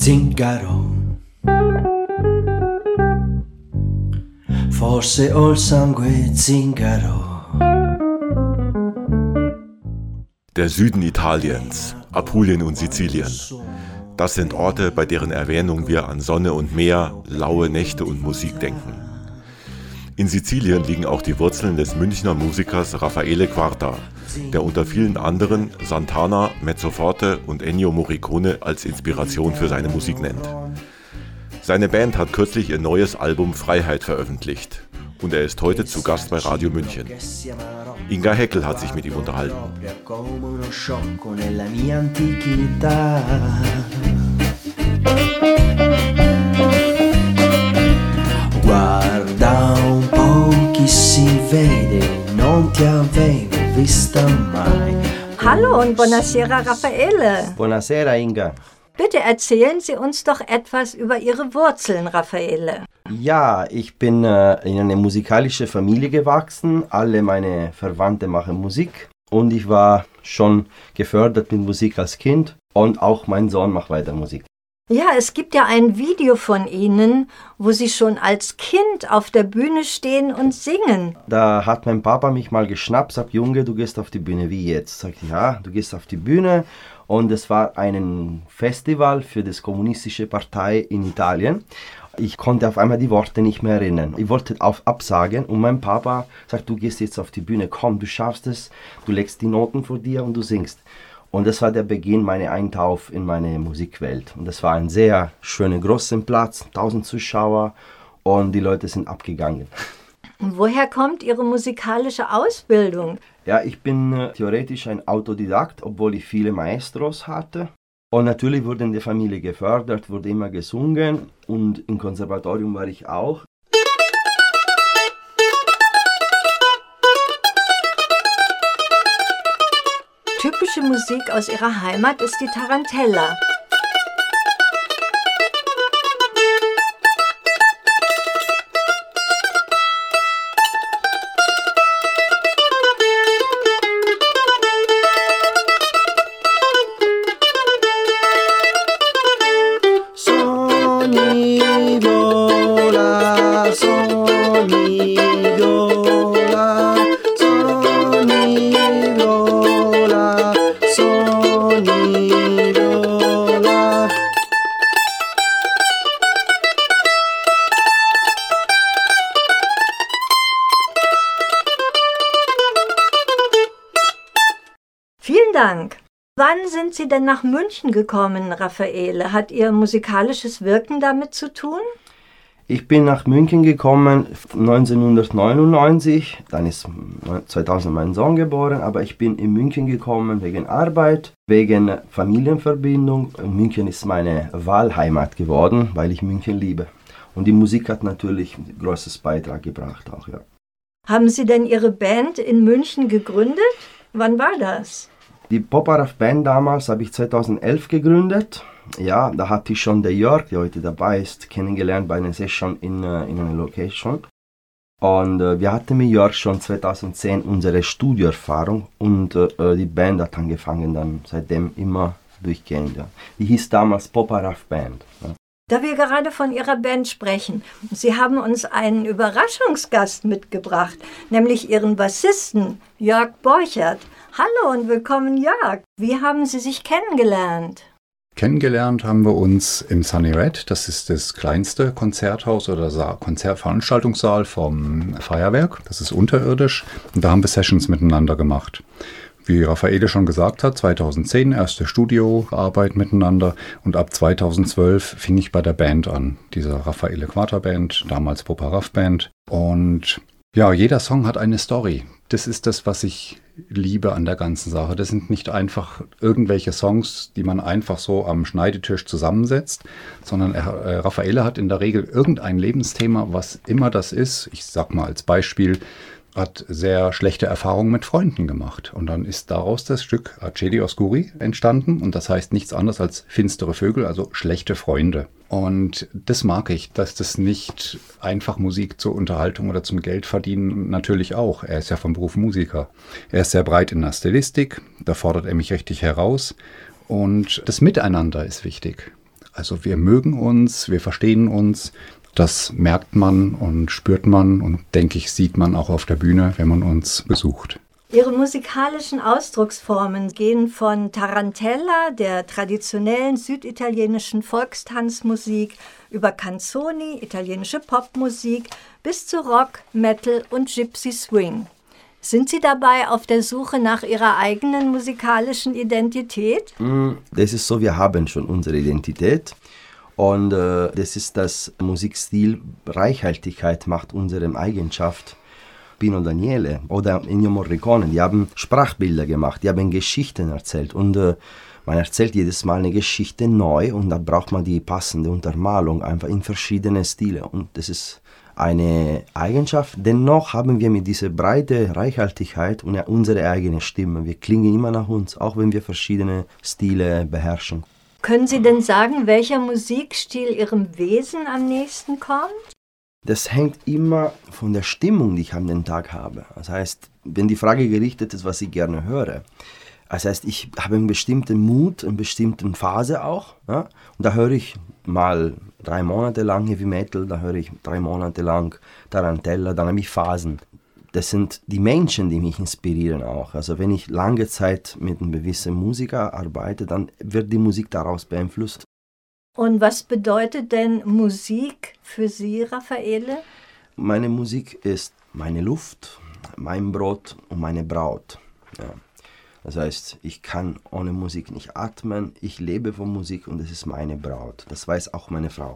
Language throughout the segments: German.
Zingaro, forse ho il sangue zingaro. Der Süden Italiens, Apulien und Sizilien. Das sind Orte, bei deren Erwähnung wir an Sonne und Meer, laue Nächte und Musik denken. In Sizilien liegen auch die Wurzeln des Münchner Musikers Raffaele Quarta, der unter vielen anderen Santana, Mezzoforte und Ennio Morricone als Inspiration für seine Musik nennt. Seine Band hat kürzlich ihr neues Album Freiheit veröffentlicht und er ist heute zu Gast bei Radio München. Inga Heckel hat sich mit ihm unterhalten. Guarda un po' chi si vede, non ti avevo vista mai. Hallo und buonasera Raffaele. Buonasera Inga. Bitte erzählen Sie uns doch etwas über Ihre Wurzeln, Raffaele. Ja, ich bin in eine musikalische Familie gewachsen. Alle meine Verwandte machen Musik. Und ich war schon gefördert mit Musik als Kind. Und auch mein Sohn macht weiter Musik. Ja, es gibt ja ein Video von Ihnen, wo Sie schon als Kind auf der Bühne stehen und singen. Da hat mein Papa mich mal geschnappt, sagt, Junge, du gehst auf die Bühne. Wie jetzt? Sagt, ja, du gehst auf die Bühne. Und es war ein Festival für die kommunistische Partei in Italien. Ich konnte auf einmal die Worte nicht mehr erinnern. Ich wollte absagen und mein Papa sagt, du gehst jetzt auf die Bühne, komm, du schaffst es, du legst die Noten vor dir und du singst. Und das war der Beginn meiner Eintauf in meine Musikwelt. Und das war ein sehr schöner, großer Platz, 1000 Zuschauer und die Leute sind abgegangen. Und woher kommt Ihre musikalische Ausbildung? Ja, ich bin theoretisch ein Autodidakt, obwohl ich viele Maestros hatte. Und natürlich wurde in der Familie gefördert, wurde immer gesungen und im Konservatorium war ich auch. Typische Musik aus Ihrer Heimat ist die Tarantella. Vielen Dank. Wann sind Sie denn nach München gekommen, Raffaele? Hat Ihr musikalisches Wirken damit zu tun? Ich bin nach München gekommen 1999, dann ist 2000 mein Sohn geboren, aber ich bin in München gekommen wegen Arbeit, wegen Familienverbindung. München ist meine Wahlheimat geworden, weil ich München liebe. Und die Musik hat natürlich ein großes Beitrag gebracht auch, ja. Haben Sie denn Ihre Band in München gegründet? Wann war das? Die Pop-Art Band damals habe ich 2011 gegründet. Ja, da hatte ich schon der Jörg, der heute dabei ist, kennengelernt bei einer Session in einer Location. Und wir hatten mit Jörg schon 2010 unsere Studioerfahrung und die Band hat angefangen dann seitdem immer durchgehend. Ja. Die hieß damals Pop-Art Band. Ja. Da wir gerade von Ihrer Band sprechen, Sie haben uns einen Überraschungsgast mitgebracht, nämlich Ihren Bassisten Jörg Borchert. Hallo und willkommen, Jörg. Wie haben Sie sich kennengelernt? Kennengelernt haben wir uns im Sunny Red. Das ist das kleinste Konzerthaus oder Konzertveranstaltungssaal vom Feuerwerk. Das ist unterirdisch und da haben wir Sessions miteinander gemacht. Wie Raffaele schon gesagt hat, 2010 erste Studioarbeit miteinander und ab 2012 fing ich bei der Band an, dieser Raffaele Quarta Band, damals Pop-Art Band. Und ja, jeder Song hat eine Story. Das ist das, was ich liebe an der ganzen Sache. Das sind nicht einfach irgendwelche Songs, die man einfach so am Schneidetisch zusammensetzt, sondern Raffaele hat in der Regel irgendein Lebensthema, was immer das ist. Ich sag mal als Beispiel, hat sehr schlechte Erfahrungen mit Freunden gemacht. Und dann ist daraus das Stück Aceli Oscuri entstanden. Und das heißt nichts anderes als finstere Vögel, also schlechte Freunde. Und das mag ich, dass das nicht einfach Musik zur Unterhaltung oder zum Geldverdienen natürlich auch. Er ist ja vom Beruf Musiker. Er ist sehr breit in der Stilistik, da fordert er mich richtig heraus. Und das Miteinander ist wichtig. Also wir mögen uns, wir verstehen uns. Das merkt man und spürt man und, denke ich, sieht man auch auf der Bühne, wenn man uns besucht. Ihre musikalischen Ausdrucksformen gehen von Tarantella, der traditionellen süditalienischen Volkstanzmusik, über Canzoni, italienische Popmusik, bis zu Rock, Metal und Gypsy Swing. Sind Sie dabei auf der Suche nach Ihrer eigenen musikalischen Identität? Das ist so, wir haben schon unsere Identität. Und das ist das Musikstil. Reichhaltigkeit macht unsere Eigenschaft. Pino Daniele oder Ennio Morricone, die haben Sprachbilder gemacht, die haben Geschichten erzählt. Und man erzählt jedes Mal eine Geschichte neu und da braucht man die passende Untermalung einfach in verschiedene Stile. Und das ist eine Eigenschaft. Dennoch haben wir mit dieser breiten Reichhaltigkeit unsere eigene Stimme. Wir klingen immer nach uns, auch wenn wir verschiedene Stile beherrschen. Können Sie denn sagen, welcher Musikstil Ihrem Wesen am nächsten kommt? Das hängt immer von der Stimmung, die ich an den Tag habe. Das heißt, wenn die Frage gerichtet ist, was ich gerne höre, das heißt, ich habe einen bestimmten Mut, eine bestimmte Phase auch. Ja? Und da höre ich mal 3 Monate lang Heavy Metal, da höre ich 3 Monate lang Tarantella, dann habe ich Phasen. Das sind die Menschen, die mich inspirieren auch. Also wenn ich lange Zeit mit einem gewissen Musiker arbeite, dann wird die Musik daraus beeinflusst. Und was bedeutet denn Musik für Sie, Raffaele? Meine Musik ist meine Luft, mein Brot und meine Braut. Ja. Das heißt, ich kann ohne Musik nicht atmen, ich lebe von Musik und es ist meine Braut. Das weiß auch meine Frau.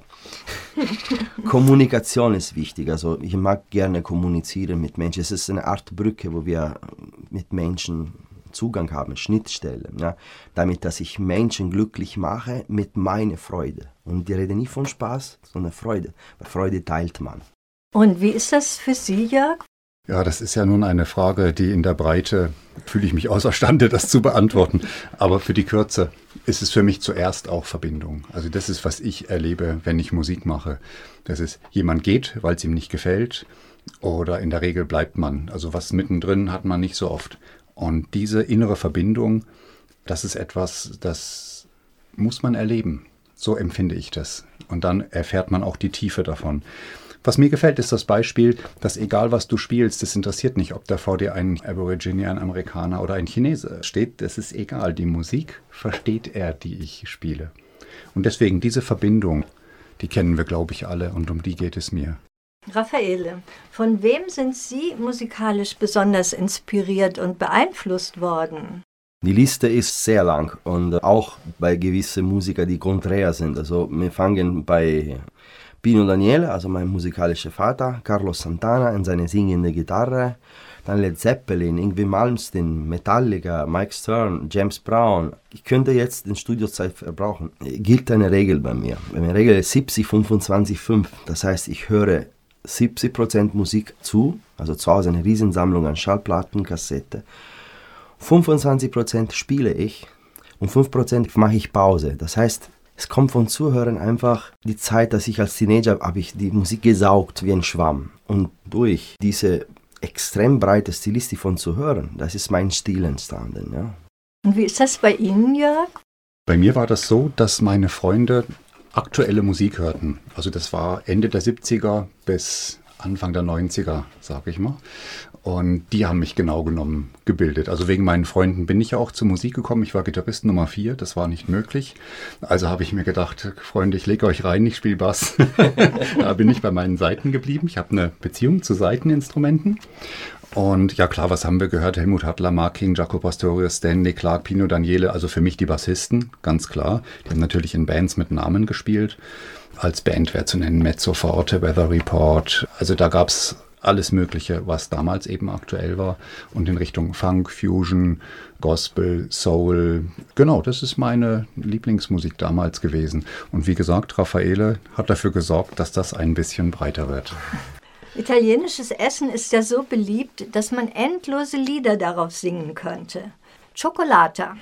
Kommunikation ist wichtig, also ich mag gerne kommunizieren mit Menschen. Es ist eine Art Brücke, wo wir mit Menschen Zugang haben, Schnittstellen, ja, damit, dass ich Menschen glücklich mache mit meiner Freude. Und die reden nicht von Spaß, sondern Freude, weil Freude teilt man. Und wie ist das für Sie, Jörg? Ja, das ist ja nun eine Frage, die in der Breite fühle ich mich außerstande, das zu beantworten. Aber für die Kürze ist es für mich zuerst auch Verbindung. Also das ist, was ich erlebe, wenn ich Musik mache. Das ist, jemand geht, weil es ihm nicht gefällt, oder in der Regel bleibt man. Also was mittendrin hat man nicht so oft. Und diese innere Verbindung, das ist etwas, das muss man erleben. So empfinde ich das. Und dann erfährt man auch die Tiefe davon. Was mir gefällt, ist das Beispiel, dass egal was du spielst, das interessiert nicht, ob da vor dir ein Aborigine, ein Amerikaner oder ein Chinese steht. Das ist egal. Die Musik versteht er, die ich spiele. Und deswegen diese Verbindung, die kennen wir, glaube ich, alle und um die geht es mir. Raffaele, von wem sind Sie musikalisch besonders inspiriert und beeinflusst worden? Die Liste ist sehr lang und auch bei gewissen Musikern, die konträr sind. Also wir fangen bei Pino Daniele, also mein musikalischer Vater, Carlos Santana und seine singende Gitarre, dann Led Zeppelin, Yngwie Malmsteen, Metallica, Mike Stern, James Brown. Ich könnte jetzt in Studiozeit verbrauchen. Gilt eine Regel bei mir. Meine Regel ist 70, 25, 5. Das heißt, ich höre 70% Musik zu, also zu Hause eine Riesensammlung an Schallplatten, Kassette. 25% spiele ich und 5% mache ich Pause. Das heißt, es kommt von Zuhören einfach die Zeit, dass ich als Teenager habe ich die Musik gesaugt wie ein Schwamm. Und durch diese extrem breite Stilistik von Zuhören, das ist mein Stil entstanden. Ja. Und wie ist das bei Ihnen, Jörg? Bei mir war das so, dass meine Freunde aktuelle Musik hörten. Also das war Ende der 70er bis Anfang der 90er, sage ich mal. Und die haben mich genau genommen gebildet. Also wegen meinen Freunden bin ich ja auch zur Musik gekommen. Ich war Gitarrist Nummer 4, das war nicht möglich. Also habe ich mir gedacht, Freunde, ich lege euch rein, ich spiele Bass. Da bin ich bei meinen Saiten geblieben. Ich habe eine Beziehung zu Saiteninstrumenten. Und ja klar, was haben wir gehört? Helmut Hattler, Mark King, Jaco Pastorius, Stanley Clarke, Pino Daniele. Also für mich die Bassisten, ganz klar. Die haben natürlich in Bands mit Namen gespielt. Als Band wäre zu nennen Mezzo Forte, Weather Report. Also da gab es alles Mögliche, was damals eben aktuell war. Und in Richtung Funk, Fusion, Gospel, Soul. Genau, das ist meine Lieblingsmusik damals gewesen. Und wie gesagt, Raffaele hat dafür gesorgt, dass das ein bisschen breiter wird. Italienisches Essen ist ja so beliebt, dass man endlose Lieder darauf singen könnte. Cioccolata.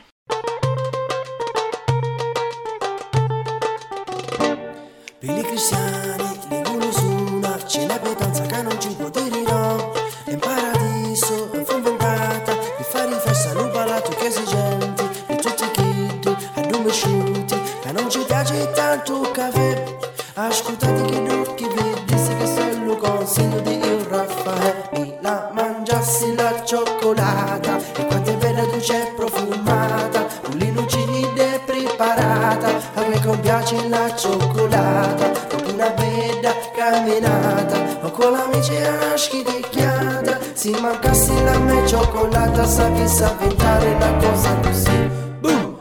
Per i cristiani dicono su una c'è la pietanza che non ci può dire no. In paradiso fu inventata di fare festa non palato che si gente e tutti i kid addomesciuti che non ci piace tanto la febbre, ascoltati che non chi vedi, se che sono lo consiglio di il Raffaele, la mangiassi la cioccolata, e quante belle dolce profumata, con le lucide preparata, a me compiace la cioccolata, dopo una bella camminata, o con l'amici a schiticchiata, se mancassi la me cioccolata, sa che sa inventare una cosa così, boom,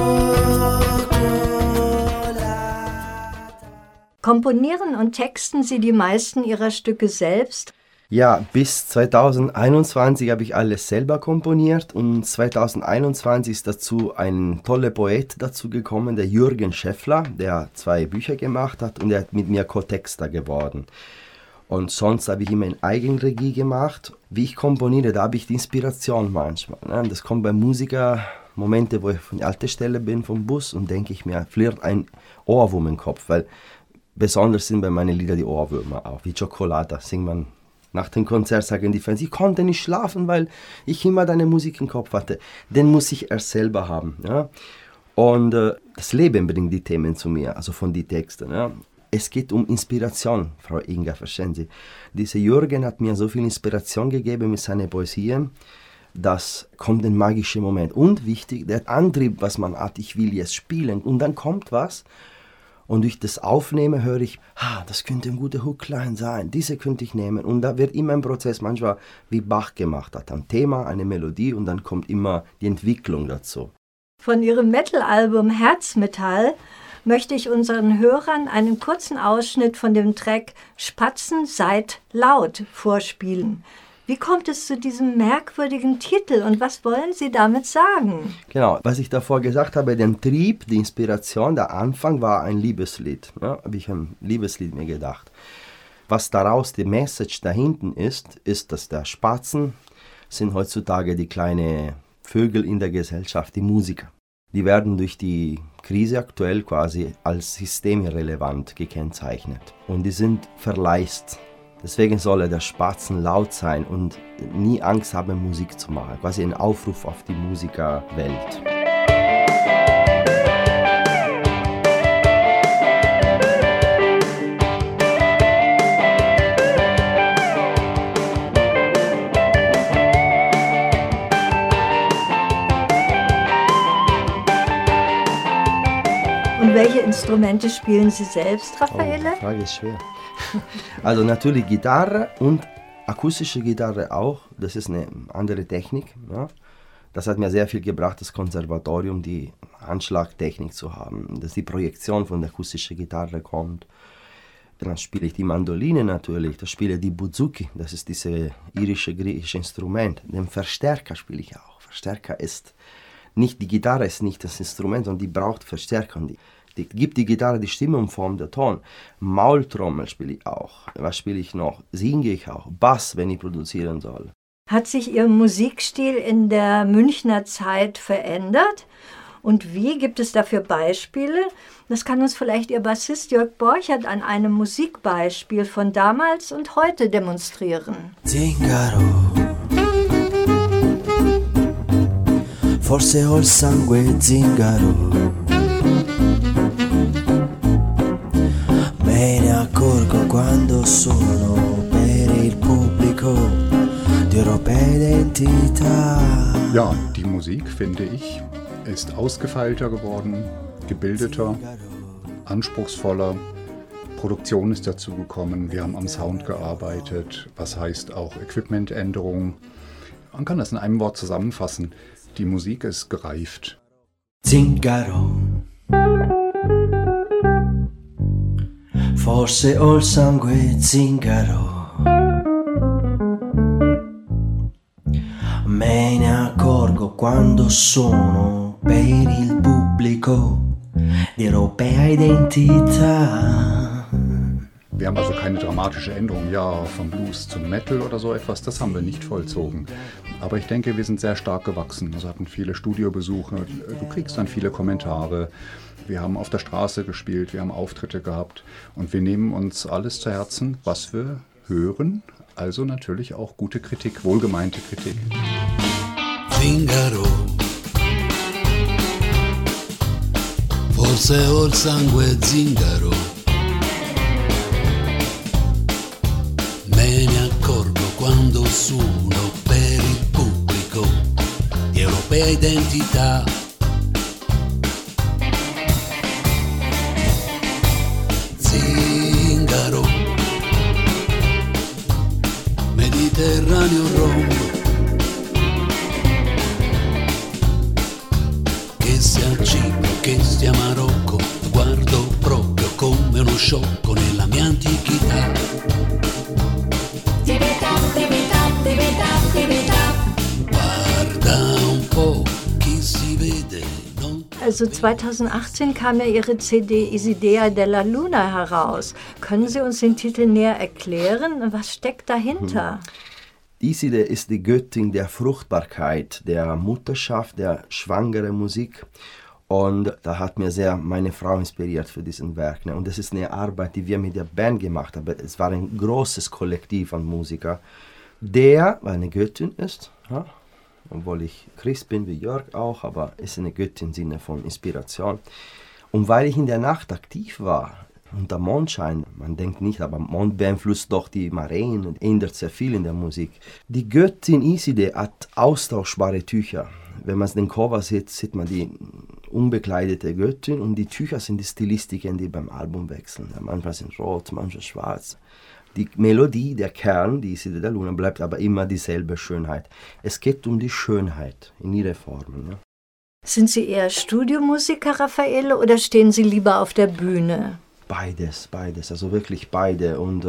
Komponieren und texten Sie die meisten Ihrer Stücke selbst? Ja, bis 2021 habe ich alles selber komponiert und 2021 ist dazu ein toller Poet dazu gekommen, der Jürgen Scheffler, der 2 Bücher gemacht hat und er hat mit mir Co-Texter geworden. Und sonst habe ich immer in Eigenregie gemacht. Wie ich komponiere, da habe ich die Inspiration manchmal. Ne? Das kommt bei Musikern Momente, wo ich von der Haltestelle bin vom Bus und denke ich mir, flirrt ein Ohrwurm im Kopf, weil besonders sind bei meinen Liedern die Ohrwürmer auch, wie Cioccolata singt man. Nach dem Konzert sagen die Fans, ich konnte nicht schlafen, weil ich immer deine Musik im Kopf hatte. Den muss ich erst selber haben. Ja? Und das Leben bringt die Themen zu mir, also von den Texten. Ja? Es geht um Inspiration, Frau Inga, verstehen Sie. Dieser Jürgen hat mir so viel Inspiration gegeben mit seinen Poesien, das kommt ein magischer Moment. Und wichtig, der Antrieb, was man hat, ich will jetzt spielen. Und dann kommt was. Und durch das Aufnehmen höre ich, das könnte ein guter Hookline sein, diese könnte ich nehmen. Und da wird immer ein Prozess, manchmal wie Bach gemacht hat, ein Thema, eine Melodie und dann kommt immer die Entwicklung dazu. Von Ihrem Metal-Album Herzmetall möchte ich unseren Hörern einen kurzen Ausschnitt von dem Track Spatzen seid laut vorspielen. Wie kommt es zu diesem merkwürdigen Titel und was wollen Sie damit sagen? Genau, was ich davor gesagt habe, der Trieb, die Inspiration, der Anfang war ein Liebeslied. Ja, habe ich ein Liebeslied mir gedacht. Was daraus die Message dahinten ist, dass der Spatzen sind heutzutage die kleinen Vögel in der Gesellschaft, die Musiker. Die werden durch die Krise aktuell quasi als systemirrelevant gekennzeichnet. Und die sind verleist. Deswegen soll der Spatzen laut sein und nie Angst haben, Musik zu machen. Quasi ein Aufruf auf die Musikerwelt. Und welche Instrumente spielen Sie selbst, Raffaele? Die Frage ist schwer. Also natürlich Gitarre und akustische Gitarre auch. Das ist eine andere Technik. Ja. Das hat mir sehr viel gebracht, das Konservatorium, die Anschlagtechnik zu haben, dass die Projektion von der akustischen Gitarre kommt. Dann spiele ich die Mandoline natürlich, da spiele ich die Bouzouki, das ist dieses irische-griechische Instrument. Den Verstärker spiele ich auch. Verstärker ist nicht, die Gitarre ist nicht das Instrument, sondern die braucht Verstärker. Die gibt die Gitarre die Stimme und formt den Ton. Maultrommel spiele ich auch. Was spiele ich noch? Singe ich auch. Bass, wenn ich produzieren soll. Hat sich Ihr Musikstil in der Münchner Zeit verändert? Und wie? Gibt es dafür Beispiele? Das kann uns vielleicht Ihr Bassist Jörg Borchert an einem Musikbeispiel von damals und heute demonstrieren. Zingaro, forse ho il sangue zingaro, me ne accorgo quando sono per il pubblico di europea identità. Ja, die Musik, finde ich, ist ausgefeilter geworden, gebildeter, anspruchsvoller. Produktion ist dazu gekommen, wir haben am Sound gearbeitet, was heißt auch Equipmentänderungen. Man kann das in einem Wort zusammenfassen, die Musik ist gereift. Zingaro, forse ho il sangue zingaro, me ne accorgo quando sono per il pubblico di europea identità. Wir haben also keine dramatische Änderung, ja, vom Blues zum Metal oder so etwas, das haben wir nicht vollzogen. Aber ich denke, wir sind sehr stark gewachsen. Also hatten viele Studiobesuche, du kriegst dann viele Kommentare. Wir haben auf der Straße gespielt, wir haben Auftritte gehabt und wir nehmen uns alles zu Herzen, was wir hören. Also natürlich auch gute Kritik, wohlgemeinte Kritik. Zingaro, se ho il sangue zingaro, me ne accorgo quando suono per il pubblico di Europea Identità. Zingaro, Mediterraneo Rom, che sia a Cipro, che sia a Marocco, guardo proprio come uno sciocco nella mia antichità. Guarda un po' chi si vede. Also 2018 kam ja Ihre CD Isidea della Luna heraus. Können Sie uns den Titel näher erklären? Was steckt dahinter? Iside ist die Göttin der Fruchtbarkeit, der Mutterschaft, der schwangeren Musik. Und da hat mir sehr meine Frau inspiriert für diesen Werk. Ne? Und das ist eine Arbeit, die wir mit der Band gemacht haben. Es war ein großes Kollektiv an Musikern, der eine Göttin ist, ja? Obwohl ich Christ bin, wie Jörg auch, aber ist eine Göttin im Sinne von Inspiration. Und weil ich in der Nacht aktiv war, unter Mondschein, man denkt nicht, aber Mond beeinflusst doch die Mareen und ändert sehr viel in der Musik. Die Göttin Iside hat austauschbare Tücher. Wenn man den Cover sieht, sieht man die unbekleidete Göttin und die Tücher sind die Stilistiken, die beim Album wechseln. Manchmal sind rot, manchmal schwarz. Die Melodie, der Kern, die Iside della Luna, bleibt aber immer dieselbe Schönheit. Es geht um die Schönheit in ihrer Form. Ja. Sind Sie eher Studiomusiker, Raffaele, oder stehen Sie lieber auf der Bühne? Beides, also wirklich beide. Und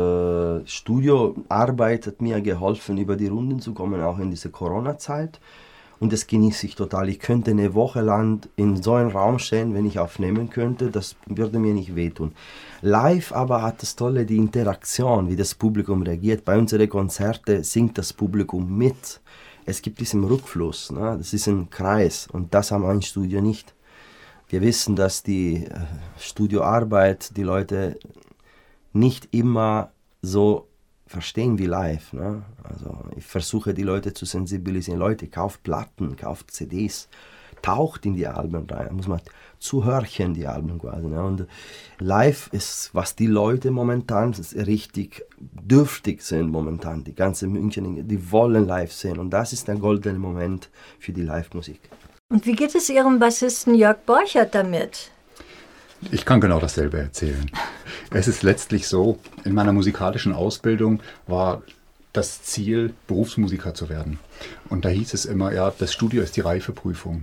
Studioarbeit hat mir geholfen, über die Runden zu kommen, auch in diese Corona-Zeit. Und das genieße ich total. Ich könnte eine Woche lang in so einem Raum stehen, wenn ich aufnehmen könnte. Das würde mir nicht wehtun. Live aber hat das Tolle die Interaktion, wie das Publikum reagiert. Bei unseren Konzerten singt das Publikum mit. Es gibt diesen Rückfluss, ne? Das ist ein Kreis und das haben wir im Studio nicht. Wir wissen, dass die Studioarbeit die Leute nicht immer so verstehen wie live. Ne? Also ich versuche die Leute zu sensibilisieren. Leute, kauft Platten, kauft CDs, taucht in die Alben rein. Da muss man zuhören, die Alben quasi. Ne? Und live ist, was die Leute momentan richtig dürftig sind momentan. Die ganze München, die wollen live sehen. Und das ist der goldene Moment für die Live-Musik. Und wie geht es Ihrem Bassisten Jörg Borchert damit? Ich kann genau dasselbe erzählen. Es ist letztlich so, in meiner musikalischen Ausbildung war das Ziel, Berufsmusiker zu werden. Und da hieß es immer, ja, das Studio ist die Reifeprüfung.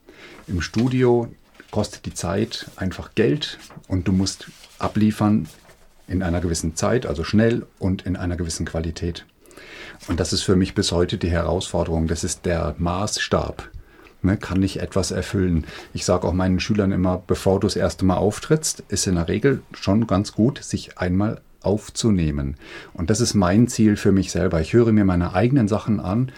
Im Studio kostet die Zeit einfach Geld und du musst abliefern in einer gewissen Zeit, also schnell und in einer gewissen Qualität. Und das ist für mich bis heute die Herausforderung. Das ist der Maßstab. Kann ich etwas erfüllen? Ich sage auch meinen Schülern immer, bevor du das erste Mal auftrittst, ist in der Regel schon ganz gut, sich einmal aufzunehmen. Und das ist mein Ziel für mich selber. Ich höre mir meine eigenen Sachen an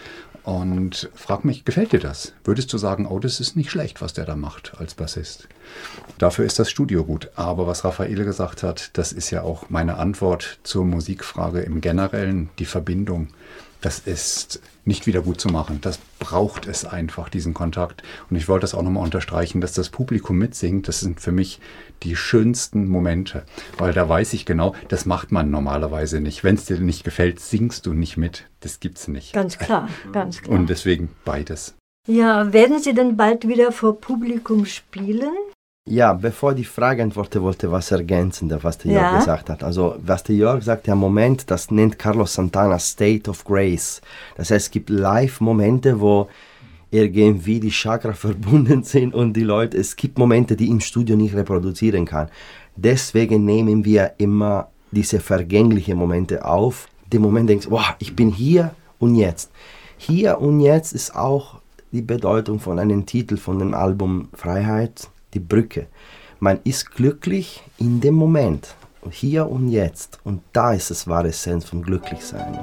und frage mich, gefällt dir das? Würdest du sagen, oh, das ist nicht schlecht, was der da macht als Bassist? Dafür ist das Studio gut. Aber was Raffaele gesagt hat, das ist ja auch meine Antwort zur Musikfrage im Generellen, die Verbindung. Das ist nicht wieder gut zu machen. Das braucht es einfach, diesen Kontakt. Und ich wollte das auch nochmal unterstreichen, dass das Publikum mitsingt. Das sind für mich die schönsten Momente. Weil da weiß ich genau, das macht man normalerweise nicht. Wenn es dir nicht gefällt, singst du nicht mit. Das gibt's nicht. Ganz klar, ganz klar. Und deswegen beides. Ja, werden Sie denn bald wieder vor Publikum spielen? Ja, bevor die Frage antworte, wollte was ergänzen, was der Jörg gesagt hat. Also, was der Jörg sagt, der Moment, das nennt Carlos Santana State of Grace. Das heißt, es gibt Live-Momente, wo irgendwie die Chakra verbunden sind und die Leute, es gibt Momente, die im Studio nicht reproduzieren kann. Deswegen nehmen wir immer diese vergänglichen Momente auf. Den Moment denkst du, wow, ich bin hier und jetzt. Hier und jetzt ist auch die Bedeutung von einem Titel von dem Album Freiheit, die Brücke. Man ist glücklich in dem Moment, hier und jetzt. Und da ist das wahre Essenz von Glücklichsein.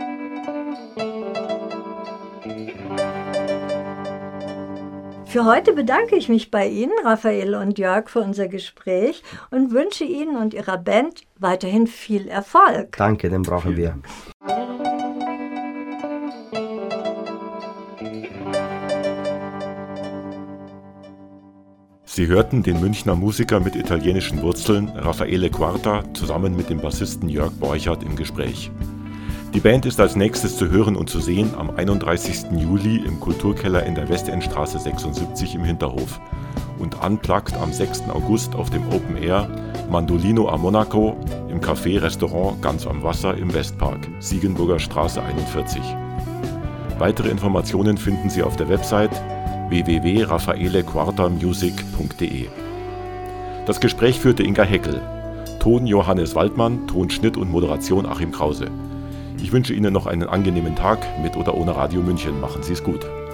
Für heute bedanke ich mich bei Ihnen, Raffaele und Jörg, für unser Gespräch und wünsche Ihnen und Ihrer Band weiterhin viel Erfolg. Danke, den brauchen wir. Sie hörten den Münchner Musiker mit italienischen Wurzeln Raffaele Quarta zusammen mit dem Bassisten Jörg Borchert im Gespräch. Die Band ist als nächstes zu hören und zu sehen am 31. Juli im Kulturkeller in der Westendstraße 76 im Hinterhof und unplugged am 6. August auf dem Open Air Mandolino a Monaco im Café-Restaurant Ganz am Wasser im Westpark, Siegenburger Straße 41. Weitere Informationen finden Sie auf der Website www.raffaelequartamusic.de. Das Gespräch führte Inga Heckel. Ton Johannes Waldmann, Tonschnitt und Moderation Achim Krause. Ich wünsche Ihnen noch einen angenehmen Tag mit oder ohne Radio München. Machen Sie es gut.